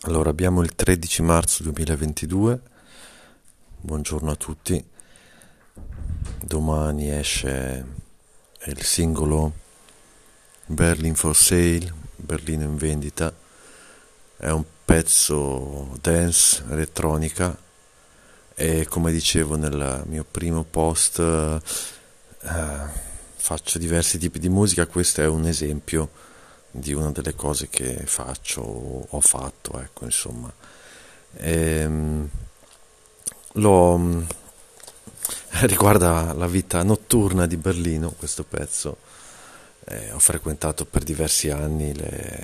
Allora, abbiamo il 13 marzo 2022, buongiorno a tutti. Domani esce il singolo Berlin for Sale, Berlino in vendita. È un pezzo dance, elettronica e come dicevo nel mio primo post, faccio diversi tipi di musica. Questo è un esempio di una delle cose che faccio o ho fatto, ecco, insomma. Ehm, lo riguarda la vita notturna di Berlino, questo pezzo. Ho frequentato per diversi anni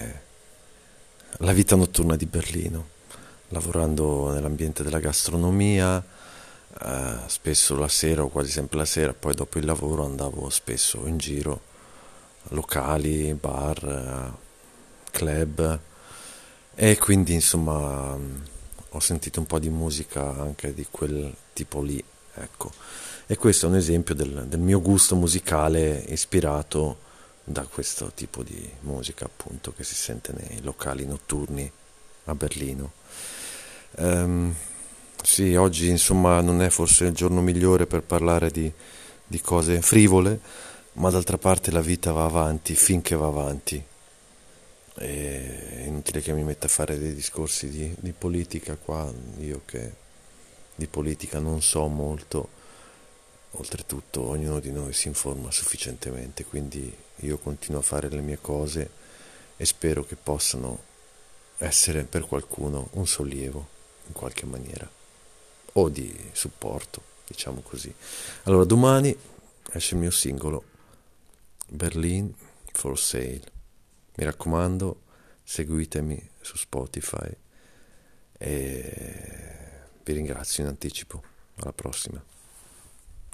la vita notturna di Berlino, lavorando nell'ambiente della gastronomia, spesso la sera o quasi sempre la sera, poi dopo il lavoro andavo spesso in giro, locali, bar, club, e quindi insomma ho sentito un po' di musica anche di quel tipo lì, ecco. E questo è un esempio del mio gusto musicale ispirato da questo tipo di musica, appunto, che si sente nei locali notturni a Berlino. Ehm, sì, oggi insomma non è forse il giorno migliore per parlare di cose frivole, ma d'altra parte la vita va avanti finché va avanti. È inutile che mi metta a fare dei discorsi di politica qua, io che di politica non so molto. Oltretutto ognuno di noi si informa sufficientemente, quindi io continuo a fare le mie cose e spero che possano essere per qualcuno un sollievo in qualche maniera o di supporto, diciamo così. Allora, domani esce il mio singolo Berlin for Sale. Mi raccomando, seguitemi su Spotify e vi ringrazio in anticipo. Alla prossima.